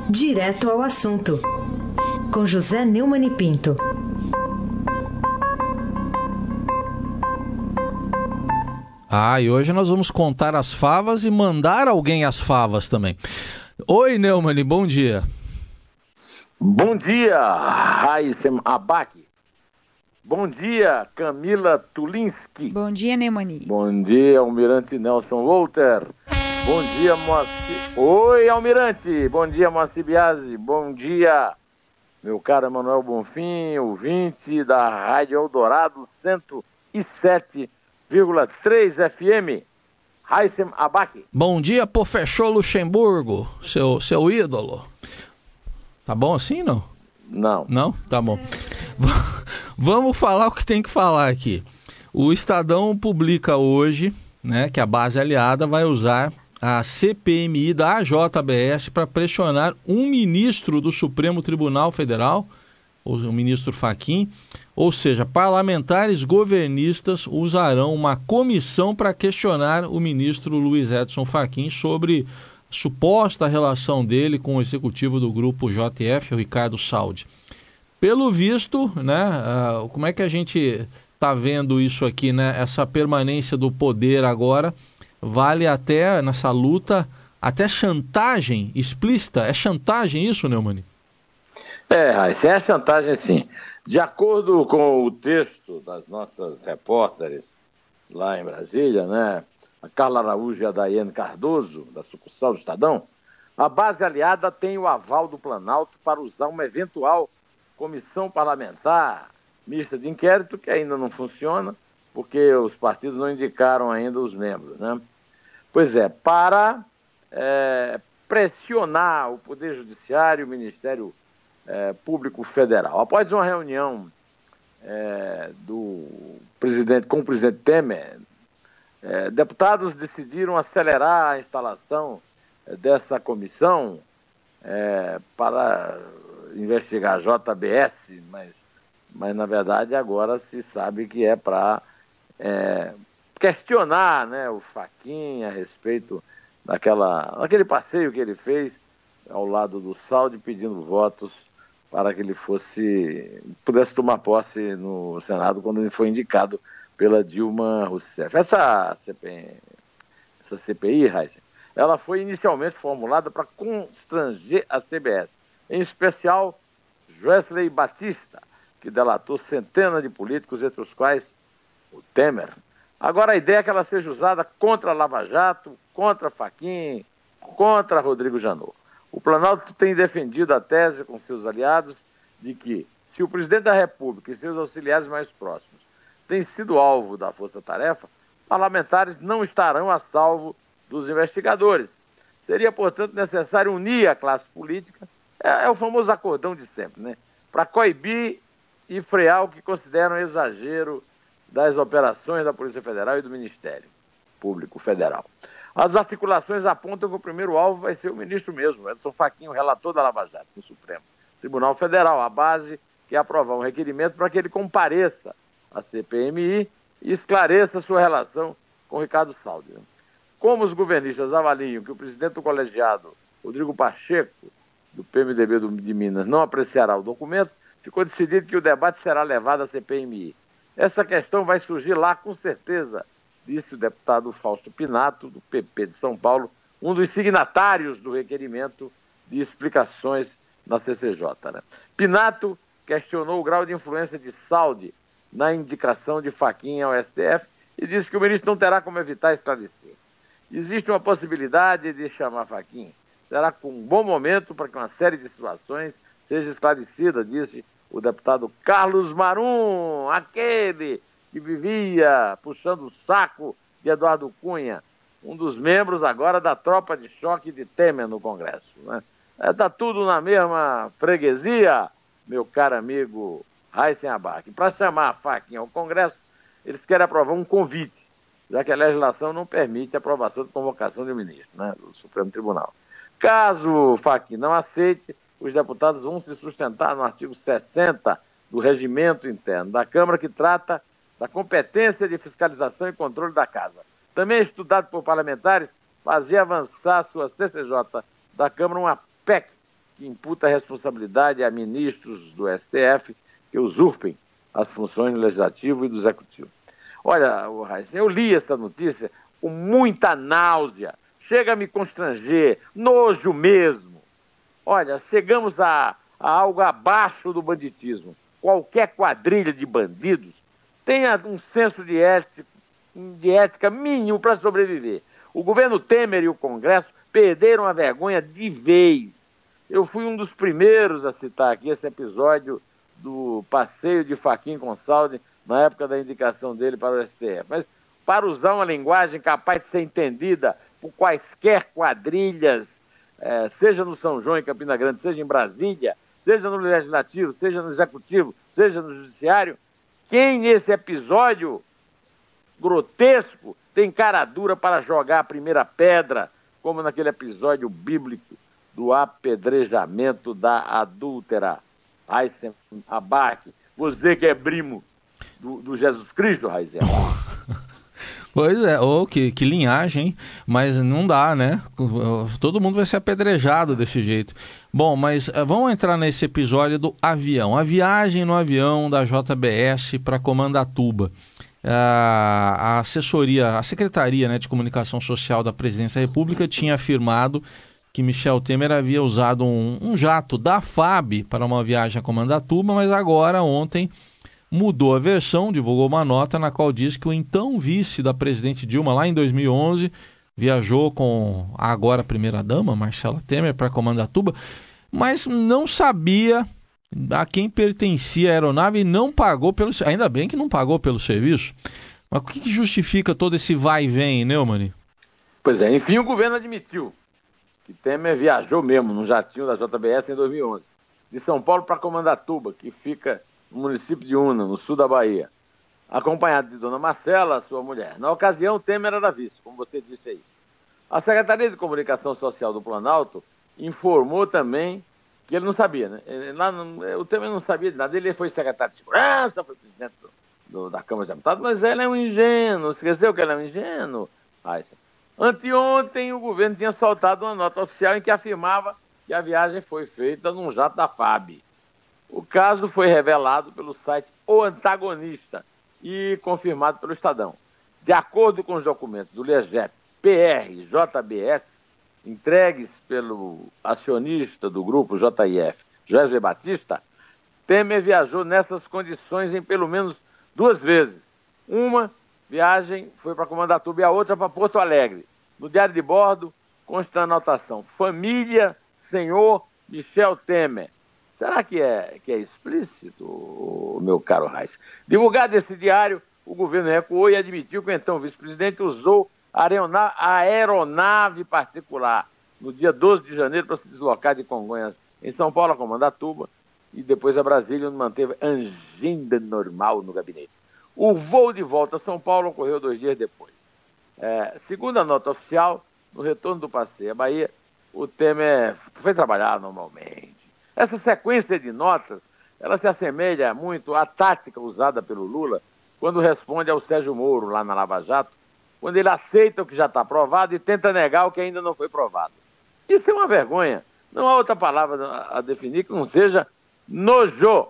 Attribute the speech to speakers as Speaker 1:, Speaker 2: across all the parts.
Speaker 1: Direto ao assunto, com José Neumann e Pinto.
Speaker 2: E hoje nós vamos contar as favas e mandar alguém as favas também. Oi, Neumann, bom dia.
Speaker 3: Bom dia, Raíssem Abac. Bom dia, Camila Tulinski.
Speaker 4: Bom dia, Neumann.
Speaker 3: Bom dia, Almirante Nelson Walter. Bom dia, Moacir. Oi, Almirante. Bom dia, Moacir Biasi. Bom dia, meu caro Emanuel Bonfim, ouvinte da Rádio Eldorado 107,3 FM. Raíssem Abac.
Speaker 2: Bom dia, Professor Luxemburgo, seu ídolo. Tá bom assim, não?
Speaker 3: Não.
Speaker 2: Não? Tá bom. Vamos falar o que tem que falar aqui. O Estadão publica hoje, né, que a base aliada vai usar a CPMI da AJBS para pressionar um ministro do Supremo Tribunal Federal, o ministro Fachin, ou seja, parlamentares governistas usarão uma comissão para questionar o ministro Luiz Edson Fachin sobre a suposta relação dele com o executivo do grupo JF, o Ricardo Saldi. Pelo visto, né, como é que a gente está vendo isso aqui, né? Essa permanência do poder agora vale até, nessa luta, até chantagem explícita. É chantagem isso, Neumann?
Speaker 3: Raíssa, é chantagem sim. De acordo com o texto das nossas repórteres lá em Brasília, né, a Carla Araújo e a Daiane Cardoso, da sucursal do Estadão, a base aliada tem o aval do Planalto para usar uma eventual comissão parlamentar mista de inquérito, que ainda não funciona, porque os partidos não indicaram ainda os membros, né? Pois é, para pressionar o Poder Judiciário e o Ministério Público Federal. Após uma reunião com o presidente Temer, deputados decidiram acelerar a instalação dessa comissão para investigar a JBS, mas na verdade agora se sabe que é para questionar, né, o Fachin a respeito daquele passeio que ele fez ao lado do Saldi, pedindo votos para que ele pudesse tomar posse no Senado quando ele foi indicado pela Dilma Rousseff. Essa CPI, Raíssa, ela foi inicialmente formulada para constranger a CBS, em especial Joesley Batista, que delatou centenas de políticos, entre os quais o Temer. Agora a ideia é que ela seja usada contra a Lava Jato, contra Fachin, contra Rodrigo Janot. O Planalto tem defendido a tese com seus aliados de que, se o presidente da República e seus auxiliares mais próximos têm sido alvo da força-tarefa, parlamentares não estarão a salvo dos investigadores. Seria, portanto, necessário unir a classe política, é o famoso acordão de sempre, né, para coibir e frear o que consideram exagero das operações da Polícia Federal e do Ministério Público Federal. As articulações apontam que o primeiro alvo vai ser o ministro mesmo, Edson Fachin, o relator da Lava Jato, no Supremo Tribunal Federal. A base que é aprovar um requerimento para que ele compareça à CPMI e esclareça sua relação com Ricardo Saldi. Como os governistas avaliam que o presidente do colegiado, Rodrigo Pacheco, do PMDB de Minas, não apreciará o documento, ficou decidido que o debate será levado à CPMI. Essa questão vai surgir lá com certeza, disse o deputado Fausto Pinato, do PP de São Paulo, um dos signatários do requerimento de explicações na CCJ. Né? Pinato questionou o grau de influência de Saldi na indicação de Fachin ao STF e disse que o ministro não terá como evitar esclarecer. Existe uma possibilidade de chamar Fachin. Será com um bom momento para que uma série de situações seja esclarecida, disse o deputado Carlos Marum, aquele que vivia puxando o saco de Eduardo Cunha, um dos membros agora da tropa de choque de Temer no Congresso. Né? Está tudo na mesma freguesia, meu caro amigo Raíssen Abac. Para chamar a Fachin ao Congresso, eles querem aprovar um convite, já que a legislação não permite a aprovação de convocação de ministro, né, do Supremo Tribunal. Caso Fachin não aceite, os deputados vão se sustentar no artigo 60 do Regimento Interno da Câmara, que trata da competência de fiscalização e controle da Casa. Também estudado por parlamentares, fazer avançar a sua CCJ da Câmara uma PEC que imputa a responsabilidade a ministros do STF que usurpem as funções do Legislativo e do Executivo. Olha, Raíssa, eu li essa notícia com muita náusea, chega a me constranger, nojo mesmo. Olha, chegamos a algo abaixo do banditismo. Qualquer quadrilha de bandidos tenha um senso de ética mínimo para sobreviver. O governo Temer e o Congresso perderam a vergonha de vez. Eu fui um dos primeiros a citar aqui esse episódio do passeio de Fachin Consaldi na época da indicação dele para o STF. Mas para usar uma linguagem capaz de ser entendida por quaisquer quadrilhas, seja no São João, em Campina Grande, seja em Brasília, seja no Legislativo, seja no Executivo, seja no Judiciário, quem nesse episódio grotesco tem cara dura para jogar a primeira pedra, como naquele episódio bíblico do apedrejamento da adúltera Raíssa Abac, você que é primo do Jesus Cristo, Raíssa.
Speaker 2: Pois é, que linhagem, hein? Mas não dá, né? Todo mundo vai ser apedrejado desse jeito. Bom, mas vamos entrar nesse episódio do avião. A viagem no avião da JBS para Comandatuba. A assessoria, a Secretaria, né, de Comunicação Social da Presidência da República tinha afirmado que Michel Temer havia usado um jato da FAB para uma viagem a Comandatuba, mas agora, ontem, mudou a versão, divulgou uma nota na qual diz que o então vice da presidente Dilma, lá em 2011, viajou com a agora primeira-dama, Marcela Temer, para Comandatuba, mas não sabia a quem pertencia a aeronave e não pagou pelo... Ainda bem que não pagou pelo serviço. Mas o que justifica todo esse vai e vem, Neumann?
Speaker 3: Pois é, enfim, o governo admitiu que Temer viajou mesmo num jatinho da JBS em 2011, de São Paulo para Comandatuba, que fica no município de Una, no sul da Bahia, acompanhado de Dona Marcela, sua mulher. Na ocasião, Temer era vice, como você disse aí. A Secretaria de Comunicação Social do Planalto informou também que ele não sabia, né? O Temer não sabia de nada. Ele foi secretário de Segurança, foi presidente da Câmara de Deputados, mas ele é um ingênuo. Esqueceu que ele é um ingênuo? Anteontem, o governo tinha soltado uma nota oficial em que afirmava que a viagem foi feita num jato da FAB. O caso foi revelado pelo site O Antagonista e confirmado pelo Estadão. De acordo com os documentos do LEGEP, PR-JBS, entregues pelo acionista do grupo JIF, Joesley Batista, Temer viajou nessas condições em pelo menos 2 vezes. Uma viagem foi para Comandatuba e a outra para Porto Alegre. No diário de bordo consta a anotação: família, senhor Michel Temer. Será que é explícito, meu caro Reis? Divulgado esse diário, o governo recuou e admitiu que o então vice-presidente usou a aeronave particular no dia 12 de janeiro para se deslocar de Congonhas em São Paulo a Comandatuba e depois a Brasília, onde manteve agenda normal no gabinete. O voo de volta a São Paulo ocorreu 2 dias depois. Segundo a nota oficial, no retorno do passeio à Bahia, o Temer foi trabalhar normalmente. Essa sequência de notas, ela se assemelha muito à tática usada pelo Lula quando responde ao Sérgio Moro lá na Lava Jato, quando ele aceita o que já está provado e tenta negar o que ainda não foi provado. Isso é uma vergonha. Não há outra palavra a definir que não seja nojo.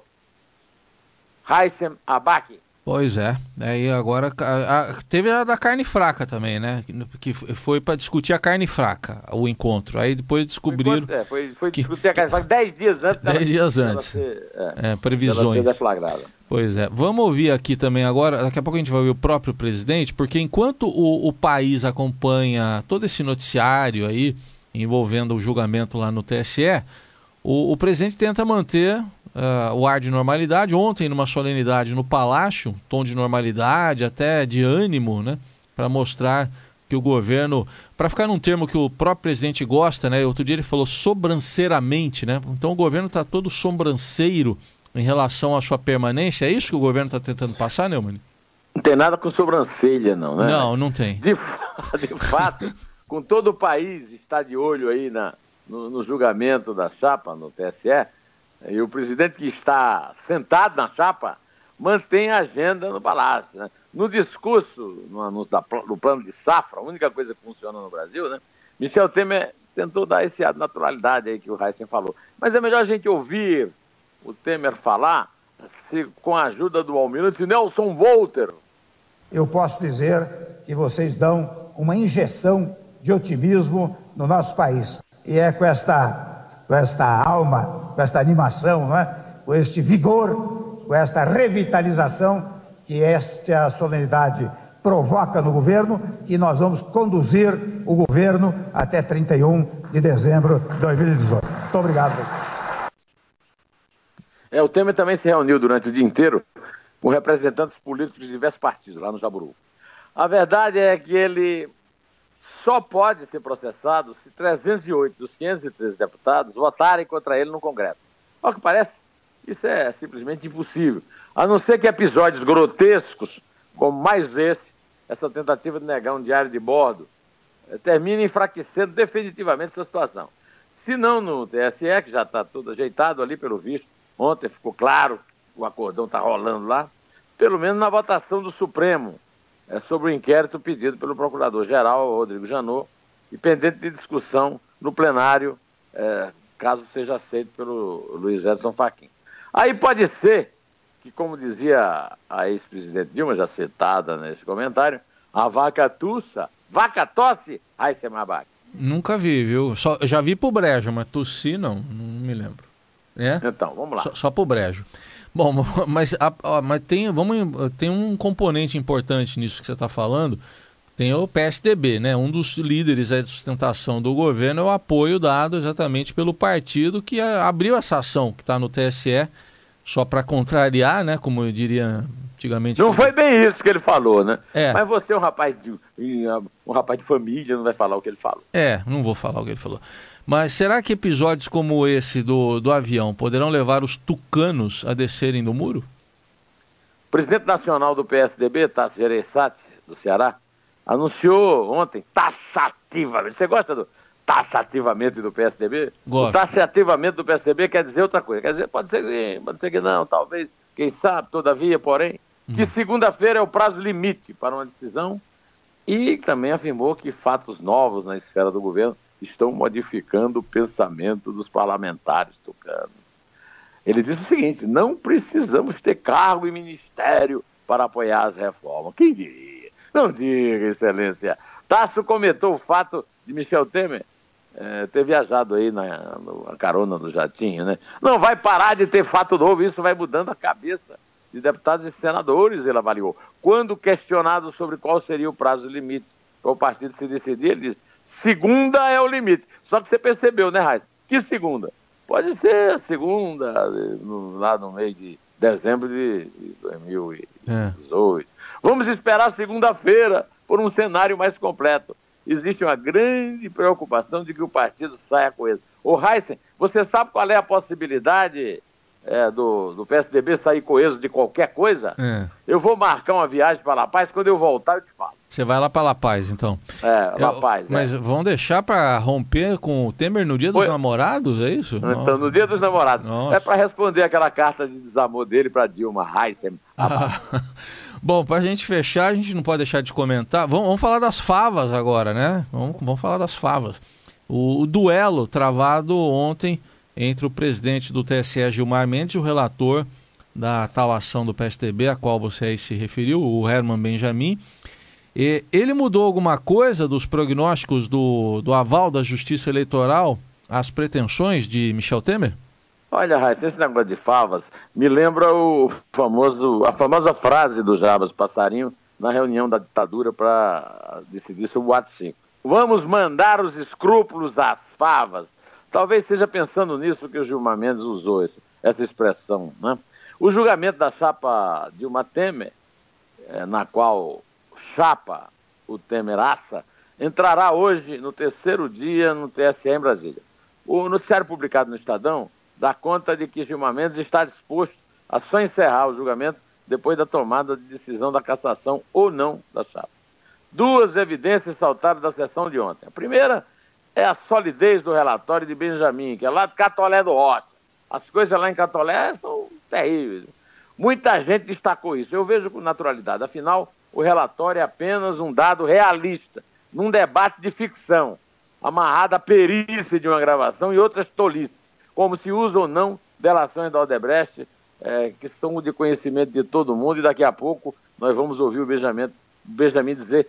Speaker 3: Raíssa Abac.
Speaker 2: Pois é. Aí agora teve a da carne fraca também, né? Que foi para discutir a carne fraca, o encontro. Aí depois descobriram...
Speaker 3: Foi discutir a carne fraca 10 dias antes.
Speaker 2: 10 dias antes. Previsões.
Speaker 3: Ela ser deflagrada.
Speaker 2: Pois é. Vamos ouvir aqui também agora, daqui a pouco a gente vai ouvir o próprio presidente, porque enquanto o país acompanha todo esse noticiário aí, envolvendo o julgamento lá no TSE, o presidente tenta manter o ar de normalidade. Ontem, numa solenidade no Palácio, tom de normalidade, até de ânimo, né, para mostrar que o governo, para ficar num termo que o próprio presidente gosta, né, outro dia ele falou sobranceiramente, né, então o governo está todo sobranceiro em relação à sua permanência. É isso que o governo está tentando passar, Neumann?
Speaker 3: Não tem nada com sobrancelha, não, né?
Speaker 2: Não tem.
Speaker 3: De fato, com todo o país está de olho aí no julgamento da chapa no TSE, e o presidente que está sentado na chapa mantém a agenda no Palácio, né? No discurso, no anúncio do plano de safra, a única coisa que funciona no Brasil, né? Michel Temer tentou dar esse ar de naturalidade aí que o Heisen falou. Mas é melhor a gente ouvir o Temer falar com a ajuda do almirante Nelson Volter.
Speaker 4: Eu posso dizer que vocês dão uma injeção de otimismo no nosso país. E é com esta alma, com esta animação, não é? Com este vigor, com esta revitalização que esta solenidade provoca no governo, que nós vamos conduzir o governo até 31 de dezembro de 2018. Muito obrigado.
Speaker 3: O Temer também se reuniu durante o dia inteiro com representantes políticos de diversos partidos lá no Jaburu. A verdade é que ele só pode ser processado se 308 dos 513 deputados votarem contra ele no Congresso. Ao que parece, isso é simplesmente impossível. A não ser que episódios grotescos, como mais essa tentativa de negar um diário de bordo, termine enfraquecendo definitivamente essa situação. Se não no TSE, que já está tudo ajeitado ali pelo visto, ontem ficou claro que o acordão está rolando lá, pelo menos na votação do Supremo, sobre o inquérito pedido pelo Procurador-Geral, Rodrigo Janot, e pendente de discussão no plenário, caso seja aceito pelo Luiz Edson Fachin. Aí pode ser que, como dizia a ex-presidente Dilma, já citada nesse comentário, a vaca tussa, vaca tosse, aí você mabaca.
Speaker 2: Nunca vi, viu? Já vi pro brejo, mas tossi não me lembro.
Speaker 3: Então, vamos lá.
Speaker 2: Só pro brejo. Bom, mas tem um componente importante nisso que você está falando. Tem o PSDB, né? Um dos líderes aí de sustentação do governo é o apoio dado exatamente pelo partido que abriu essa ação que está no TSE, só para contrariar, né? Como eu diria antigamente.
Speaker 3: Não foi bem isso que ele falou, né?
Speaker 2: Mas
Speaker 3: você é um rapaz de família, não vai falar o que ele falou.
Speaker 2: Não vou falar o que ele falou. Mas será que episódios como esse do avião poderão levar os tucanos a descerem do muro?
Speaker 3: O presidente nacional do PSDB, Tasso Gereissati, do Ceará, anunciou ontem, taxativamente. Você gosta do taxativamente do PSDB?
Speaker 2: Gosto.
Speaker 3: O taxativamente do PSDB quer dizer outra coisa. Quer dizer, pode ser que sim, pode ser que não, talvez, quem sabe, todavia, porém, que segunda-feira é o prazo limite para uma decisão, e também afirmou que fatos novos na esfera do governo estão modificando o pensamento dos parlamentares tucanos. Ele disse o seguinte: não precisamos ter cargo e ministério para apoiar as reformas. Quem diria? Não diga, excelência. Tasso comentou o fato de Michel Temer ter viajado aí na carona do jatinho, né? Não vai parar de ter fato novo, isso vai mudando a cabeça de deputados e senadores, ele avaliou. Quando questionado sobre qual seria o prazo limite para o partido se decidir, ele disse: segunda é o limite. Só que você percebeu, né, Raiz? Que segunda? Pode ser a segunda, lá no mês de dezembro de 2018. Vamos esperar segunda-feira por um cenário mais completo. Existe uma grande preocupação de que o partido saia coeso. Ô, Heisen, você sabe qual é a possibilidade do PSDB sair coeso de qualquer coisa? Eu vou marcar uma viagem para La Paz, quando eu voltar eu te falo.
Speaker 2: Você vai lá para La Paz, então.
Speaker 3: La Paz.
Speaker 2: Mas vão deixar para romper com o Temer no Dia dos Namorados, é isso?
Speaker 3: Então, no Dia dos Namorados.
Speaker 2: Nossa.
Speaker 3: É para responder aquela carta de desamor dele para Dilma Heisen.
Speaker 2: Bom, para a gente fechar, a gente não pode deixar de comentar. Vamos falar das favas agora, né? Vamos falar das favas. O duelo travado ontem entre o presidente do TSE, Gilmar Mendes, e o relator da tal ação do PSDB, a qual você aí se referiu, o Herman Benjamin. Ele mudou alguma coisa dos prognósticos do aval da Justiça Eleitoral às pretensões de Michel Temer?
Speaker 3: Olha, Raíssa, esse negócio de favas me lembra a famosa frase do Jabas Passarinho na reunião da ditadura para decidir sobre o ato 5. Vamos mandar os escrúpulos às favas. Talvez seja pensando nisso que o Gilmar Mendes usou essa expressão, né? O julgamento da chapa Dilma Temer, na qual chapa o Temeraça, entrará hoje no terceiro dia no TSE em Brasília. O noticiário publicado no Estadão dá conta de que Gilmar Mendes está disposto a só encerrar o julgamento depois da tomada de decisão da cassação ou não da chapa. Duas evidências saltaram da sessão de ontem. A primeira é a solidez do relatório de Benjamin, que é lá de Catolé do Rocha. As coisas lá em Catolé são terríveis. Muita gente destacou isso. Eu vejo com naturalidade. Afinal, o relatório é apenas um dado realista, num debate de ficção. amarrada à perícia de uma gravação e outras tolices, como se usa ou não delações da Odebrecht, que são de conhecimento de todo mundo, e daqui a pouco nós vamos ouvir o Benjamin dizer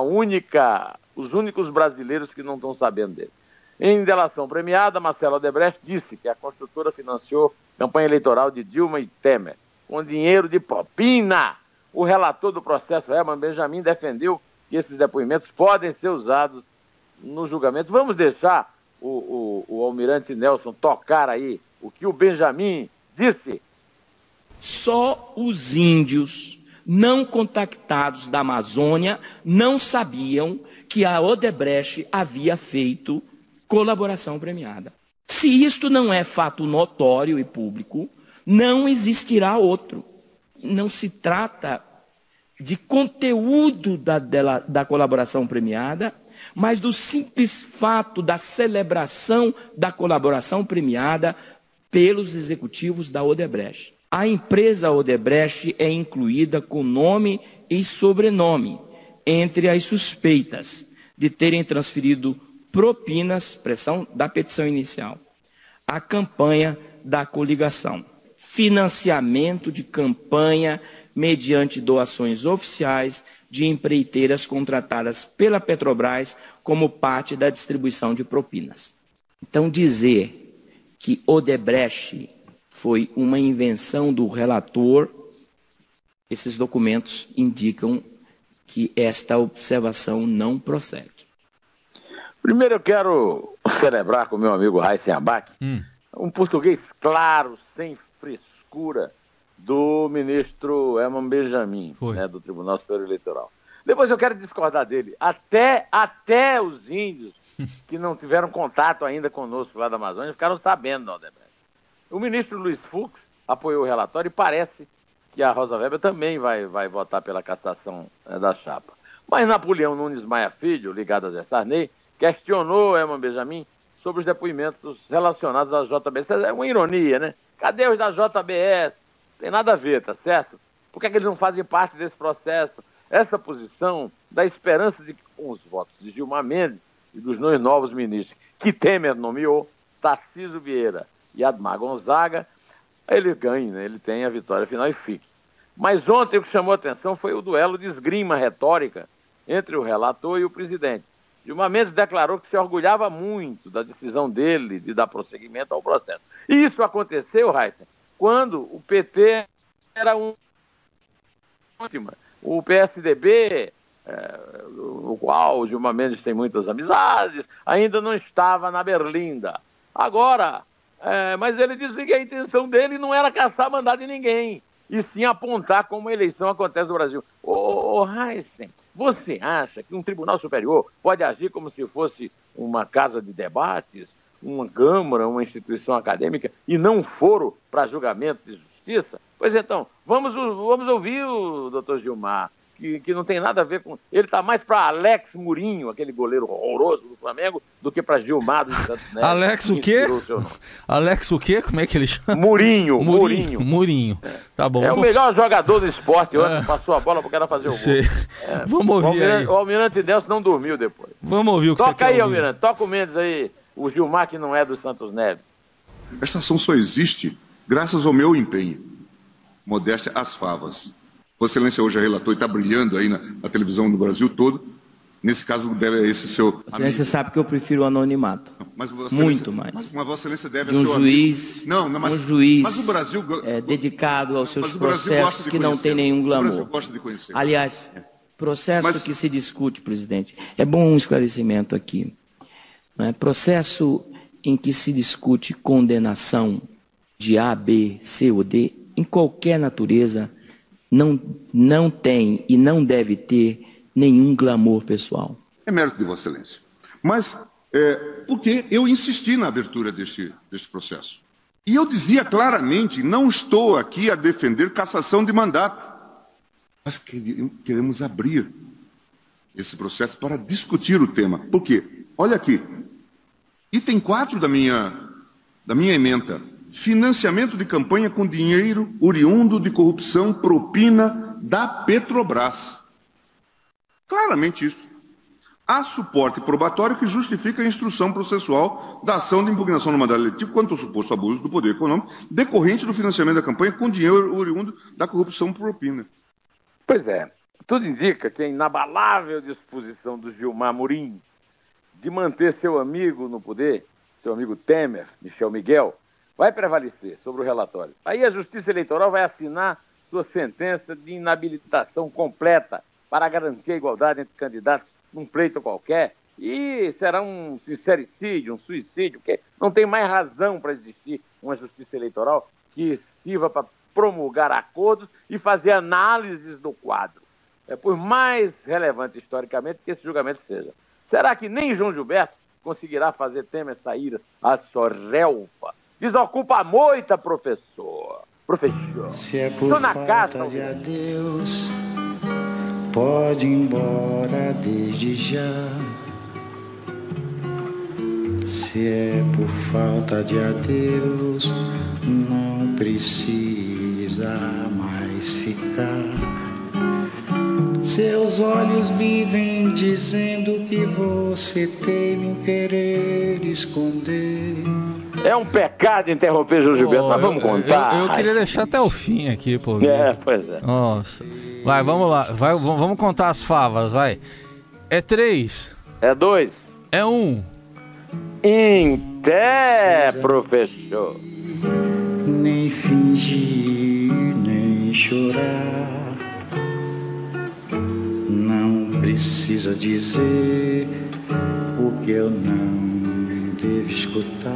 Speaker 3: os únicos brasileiros que não estão sabendo dele. Em delação premiada, Marcelo Odebrecht disse que a construtora financiou campanha eleitoral de Dilma e Temer com dinheiro de propina. O relator do processo, Herman Benjamin, defendeu que esses depoimentos podem ser usados no julgamento. Vamos deixar o almirante Nelson tocar aí o que o Benjamin disse.
Speaker 5: Só os índios não contactados da Amazônia não sabiam que a Odebrecht havia feito colaboração premiada. Se isto não é fato notório e público, não existirá outro. Não se trata de conteúdo da colaboração premiada, mas do simples fato da celebração da colaboração premiada pelos executivos da Odebrecht. A empresa Odebrecht é incluída com nome e sobrenome entre as suspeitas de terem transferido propinas, expressão da petição inicial, a campanha da coligação, financiamento de campanha mediante doações oficiais de empreiteiras contratadas pela Petrobras como parte da distribuição de propinas. Então, dizer que Odebrecht foi uma invenção do relator, esses documentos indicam que esta observação não procede.
Speaker 3: Primeiro eu quero celebrar com meu amigo Raíssen Abac um português claro, sem frescura, do ministro Herman Benjamin, né, do Tribunal Superior Eleitoral. Depois eu quero discordar dele. Até os índios que não tiveram contato ainda conosco lá da Amazônia ficaram sabendo da Odebrecht. O ministro Luiz Fux apoiou o relatório e parece que a Rosa Weber também vai votar pela cassação da chapa. Mas Napoleão Nunes Maia Filho, ligado a Zé Sarney, questionou Herman Benjamin sobre os depoimentos relacionados à JBS. É uma ironia, né? Cadê os da JBS? Tem nada a ver, tá certo? Por que eles não fazem parte desse processo? Essa posição dá esperança de que, com os votos de Gilmar Mendes e dos dois novos ministros que Temer nomeou, Tarcísio Vieira e Admar Gonzaga, ele ganhe, né? Ele tem a vitória final e fique. Mas ontem o que chamou a atenção foi o duelo de esgrima retórica entre o relator e o presidente. Gilmar Mendes declarou que se orgulhava muito da decisão dele de dar prosseguimento ao processo. E isso aconteceu, Raíssen, quando o PT era última. O PSDB, o qual o Gilmar Mendes tem muitas amizades, ainda não estava na berlinda. Agora, mas ele disse que a intenção dele não era caçar mandado de ninguém, e sim apontar como a eleição acontece no Brasil. Ô Raíssen, você acha que um tribunal superior pode agir como se fosse uma casa de debates, uma câmara, uma instituição acadêmica, e não foro para julgamento de justiça? Pois então, vamos ouvir o doutor Gilmar, que não tem nada a ver com... Ele está mais para Alex Murinho, aquele goleiro horroroso do Flamengo, do que para Gilmar dos Santos Neves.
Speaker 2: Alex o quê? Alex o quê? Como é que ele chama?
Speaker 3: Murinho.
Speaker 2: Tá bom.
Speaker 3: É o melhor jogador do esporte. Ontem passou a bola para o cara fazer o gol.
Speaker 2: Vamos ouvir aí.
Speaker 3: O Almirante Nelson não dormiu depois.
Speaker 2: Vamos ouvir o que
Speaker 3: toca
Speaker 2: você quer
Speaker 3: aí,
Speaker 2: ouvir.
Speaker 3: Almirante. Toca o Mendes aí. O Gilmar que não é dos Santos Neves.
Speaker 6: Esta ação só existe graças ao meu empenho. Modéstia às favas. Vossa Excelência hoje é relator e está brilhando aí na televisão do Brasil todo. Nesse caso, deve esse seu...
Speaker 5: Vossa Excelência sabe que eu prefiro o anonimato.
Speaker 6: Mas Vossa
Speaker 5: muito
Speaker 6: mais.
Speaker 5: mais.
Speaker 6: Mas Vossa Excelência deve
Speaker 5: de um juiz,
Speaker 6: um
Speaker 5: juiz
Speaker 6: mas o Brasil,
Speaker 5: dedicado aos seus processos que não tem nenhum glamour.
Speaker 6: O Brasil gosta de conhecer.
Speaker 5: Aliás, processo que se discute, presidente, é bom um esclarecimento aqui. Não é? Processo em que se discute condenação de A, B, C ou D, em qualquer natureza, não tem e não deve ter nenhum glamour pessoal.
Speaker 6: É mérito de Vossa Excelência. Mas, porque eu insisti na abertura deste processo. E eu dizia claramente, não estou aqui a defender cassação de mandato. Mas queremos abrir esse processo para discutir o tema. Por quê? Olha aqui, item 4 da minha ementa. Financiamento de campanha com dinheiro oriundo de corrupção, propina da Petrobras. Claramente isso. há suporte probatório que justifica a instrução processual da ação de impugnação do mandato eletivo quanto ao suposto abuso do poder econômico decorrente do financiamento da campanha com dinheiro oriundo da corrupção por propina.
Speaker 3: Pois é, tudo indica que a inabalável disposição do Gilmar Amorim de manter seu amigo no poder, seu amigo Temer, Michel Miguel, vai prevalecer sobre o relatório. Aí a Justiça Eleitoral vai assinar sua sentença de inabilitação completa para garantir a igualdade entre candidatos num pleito qualquer, e será um sincericídio, um suicídio, porque não tem mais razão para existir uma Justiça Eleitoral que sirva para promulgar acordos e fazer análises do quadro. Por mais relevante historicamente que esse julgamento seja. Será que nem João Gilberto conseguirá fazer Temer sair a sorrelfa? Desocupa a moita, professor.
Speaker 7: Se é por falta de adeus, pode ir embora desde já. Se é por falta de adeus, não precisa mais ficar. Seus olhos vivem dizendo que você tem um querer esconder.
Speaker 3: É um pecado interromper João Gilberto, mas vamos contar.
Speaker 2: Eu queria deixar até o fim aqui, pô.
Speaker 3: Pois é.
Speaker 2: Nossa. Vai, vamos lá. Vamos contar as favas, vai. É 3.
Speaker 3: É 2.
Speaker 2: É 1.
Speaker 3: Em té, professor.
Speaker 7: Nem fingir, nem chorar. Não precisa dizer o que eu não devo escutar.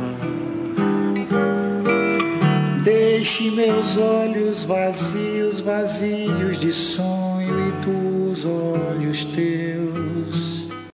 Speaker 7: Deixe meus olhos vazios, vazios de sonho, e dos olhos teus